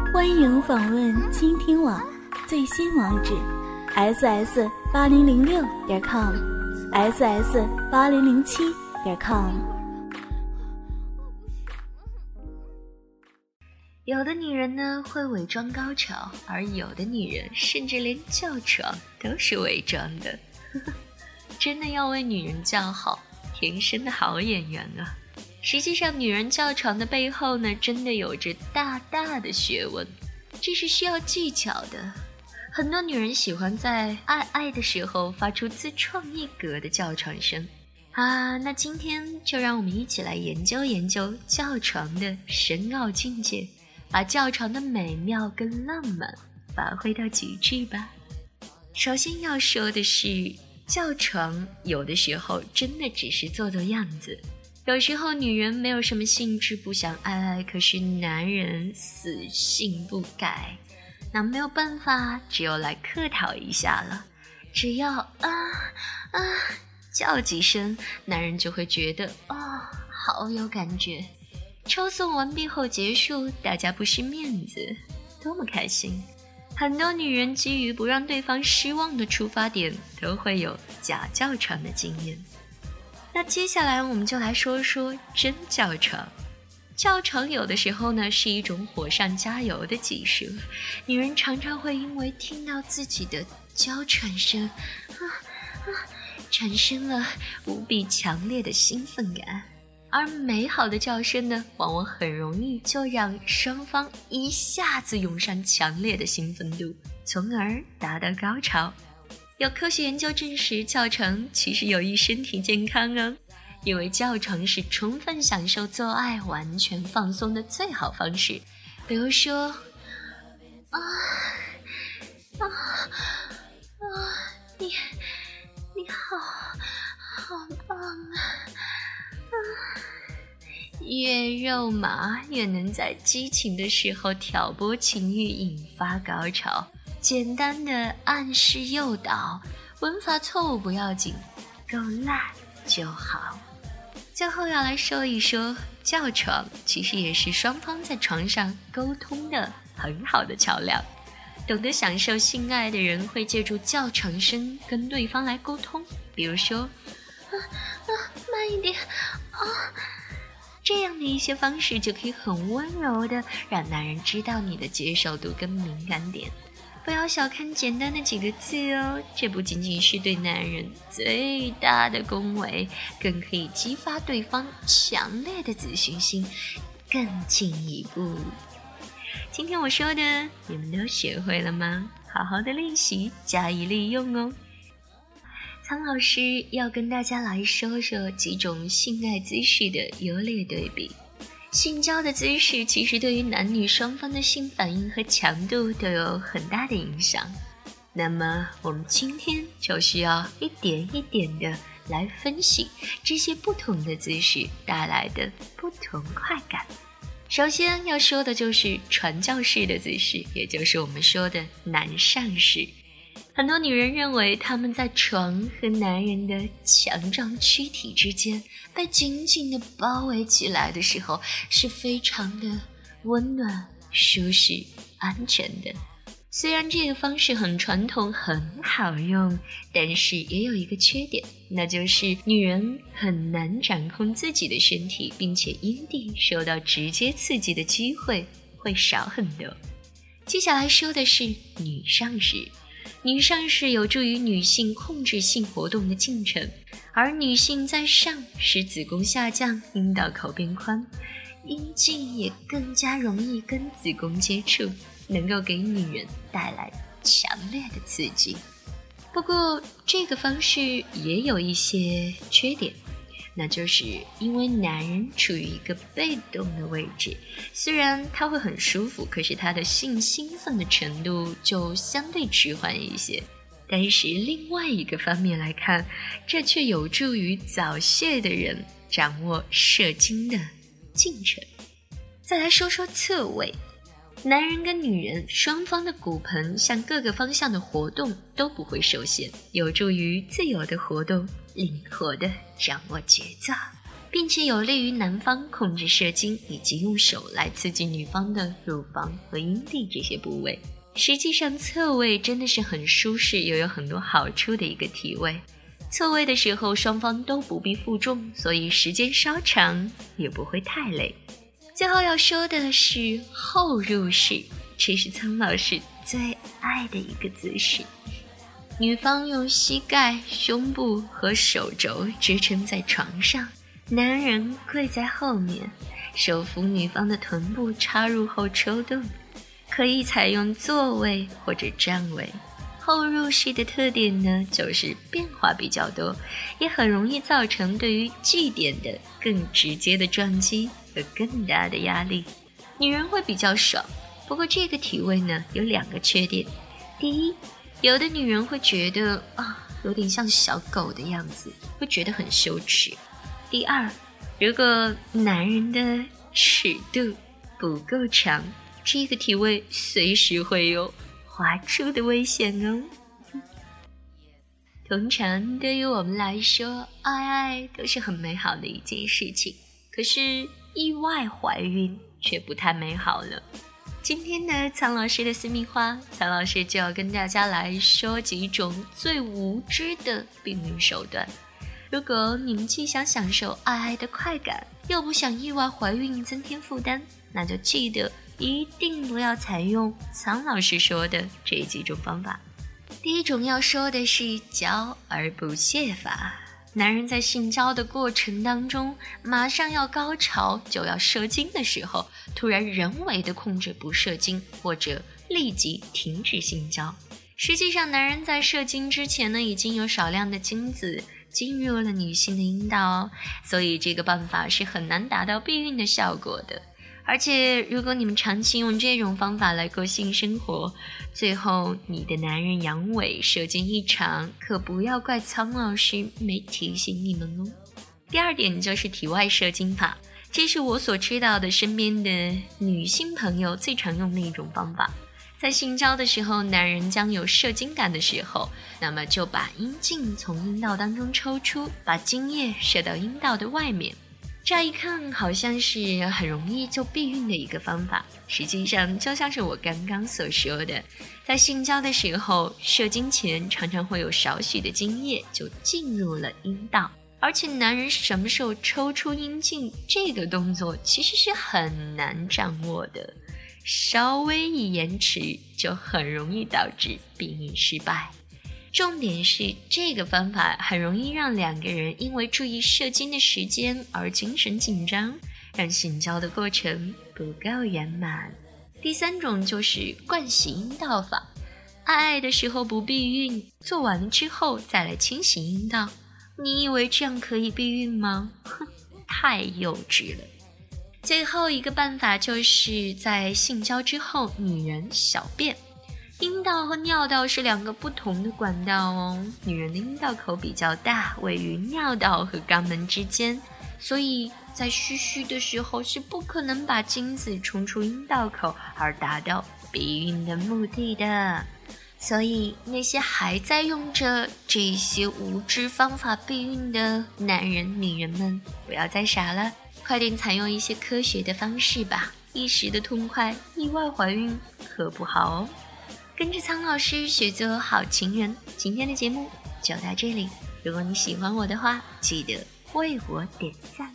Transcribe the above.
欢迎访问倾听网最新网址 ss8006.com ss8007.com。 有的女人呢会伪装高潮，而有的女人甚至连叫床都是伪装的。真的要为女人叫好，天生的好演员啊！实际上女人叫床的背后呢，真的有着大大的学问，这是需要技巧的。很多女人喜欢在爱的时候发出自创一格的叫床声啊，那今天就让我们一起来研究研究叫床的深奥境界，把叫床的美妙跟浪漫发挥到极致吧。首先要说的是，叫床有的时候真的只是做做样子。有时候女人没有什么兴致，不想爱，可是男人死性不改，那没有办法，只有来客套一下了。只要叫几声，男人就会觉得好有感觉。抽送完毕后结束，大家不失面子，多么开心。很多女人基于不让对方失望的出发点，都会有假叫床的经验。那接下来我们就来说说真叫床。叫床有的时候呢是一种火上加油的技术，女人常常会因为听到自己的娇喘声产生了无比强烈的兴奋感，而美好的叫声呢往往很容易就让双方一下子涌上强烈的兴奋度，从而达到高潮。有科学研究证实，叫床其实有益身体健康哦，因为叫床是充分享受做爱、完全放松的最好方式。比如说，你好棒啊！越肉麻越能在激情的时候挑拨情欲，引发高潮。简单的暗示诱导，文法错误不要紧，够辣就好。最后要来说一说，叫床其实也是双方在床上沟通的很好的桥梁。懂得享受性爱的人会借助叫床声跟对方来沟通，比如说慢一点这样的一些方式就可以很温柔的让男人知道你的接受度跟敏感点。不要小看简单的几个字哦，这不仅仅是对男人最大的恭维，更可以激发对方强烈的自信心，更进一步。今天我说的你们都学会了吗？好好的练习，加以利用哦。苍老师要跟大家来说说几种性爱姿势的优劣对比。性交的姿势其实对于男女双方的性反应和强度都有很大的影响，那么我们今天就需要一点一点的来分析这些不同的姿势带来的不同快感。首先要说的就是传教士的姿势，也就是我们说的男上式。很多女人认为她们在床和男人的强壮躯体之间被紧紧地包围起来的时候是非常的温暖、舒适、安全的。虽然这个方式很传统、很好用，但是也有一个缺点，那就是女人很难掌控自己的身体，并且阴蒂受到直接刺激的机会会少很多。接下来说的是女上式。女上式有助于女性控制性活动的进程，而女性在上使子宫下降，阴道口变宽，阴茎也更加容易跟子宫接触，能够给女人带来强烈的刺激。不过这个方式也有一些缺点，那就是因为男人处于一个被动的位置，虽然他会很舒服，可是他的性兴奋的程度就相对迟缓一些。但是另外一个方面来看，这却有助于早泄的人掌握射精的进程。再来说说侧位，男人跟女人双方的骨盆向各个方向的活动都不会受限，有助于自由的活动，灵活的掌握节奏。 并且有利于男方控制射精以及用手来刺激女方的乳房和阴蒂这些部位。实际上侧位真的是很舒适又有很多好处的一个体位。侧位的时候双方都不必负重，所以时间稍长也不会太累。最后要说的是后入式，这是苍老师最爱的一个姿势。女方用膝盖、胸部和手肘支撑在床上，男人跪在后面，手扶女方的臀部插入后抽动，可以采用坐位或者站位。后入式的特点呢，就是变化比较多，也很容易造成对于G点的更直接的撞击和更大的压力，女人会比较爽。不过这个体位呢，有2个缺点。第一，有的女人会觉得有点像小狗的样子，会觉得很羞耻。第二，如果男人的尺度不够长，这个体位随时会有滑出的危险哦。通常对于我们来说，爱都是很美好的一件事情，可是意外怀孕却不太美好了。今天的苍老师的私密话，苍老师就要跟大家来说几种最无知的避孕手段。如果你们既想享受爱的快感，又不想意外怀孕增添负担，那就记得一定不要采用苍老师说的这几种方法。第一种要说的是交而不泄法。男人在性交的过程当中，马上要高潮就要射精的时候，突然人为的控制不射精，或者立即停止性交。实际上男人在射精之前呢，已经有少量的精子进入了女性的阴道哦，所以这个办法是很难达到避孕的效果的。而且如果你们长期用这种方法来过性生活，最后你的男人阳痿射精异常，可不要怪苍老师没提醒你们哦。第二点就是体外射精法，这是我所知道的身边的女性朋友最常用的一种方法。在性交的时候，男人将有射精感的时候，那么就把阴茎从阴道当中抽出，把精液射到阴道的外面。乍一看好像是很容易就避孕的一个方法，实际上就像是我刚刚所说的，在性交的时候，射精前常常会有少许的精液就进入了阴道，而且男人什么时候抽出阴茎这个动作其实是很难掌握的，稍微一延迟就很容易导致避孕失败。重点是这个方法很容易让2个人因为注意射精的时间而精神紧张，让性交的过程不够圆满。第3种就是盥洗阴道法，爱的时候不避孕，做完了之后再来清洗阴道，你以为这样可以避孕吗？太幼稚了。最后一个办法就是在性交之后，女人小便。阴道和尿道是2个不同的管道哦，女人的阴道口比较大，位于尿道和肛门之间，所以在嘘嘘的时候是不可能把精子冲出阴道口而达到避孕的目的的。所以那些还在用着这些无知方法避孕的男人女人们，不要再傻了，快点采用一些科学的方式吧，一时的痛快，意外怀孕可不好哦。跟着苍老师学做好情人，今天的节目就到这里。如果你喜欢我的话，记得为我点赞。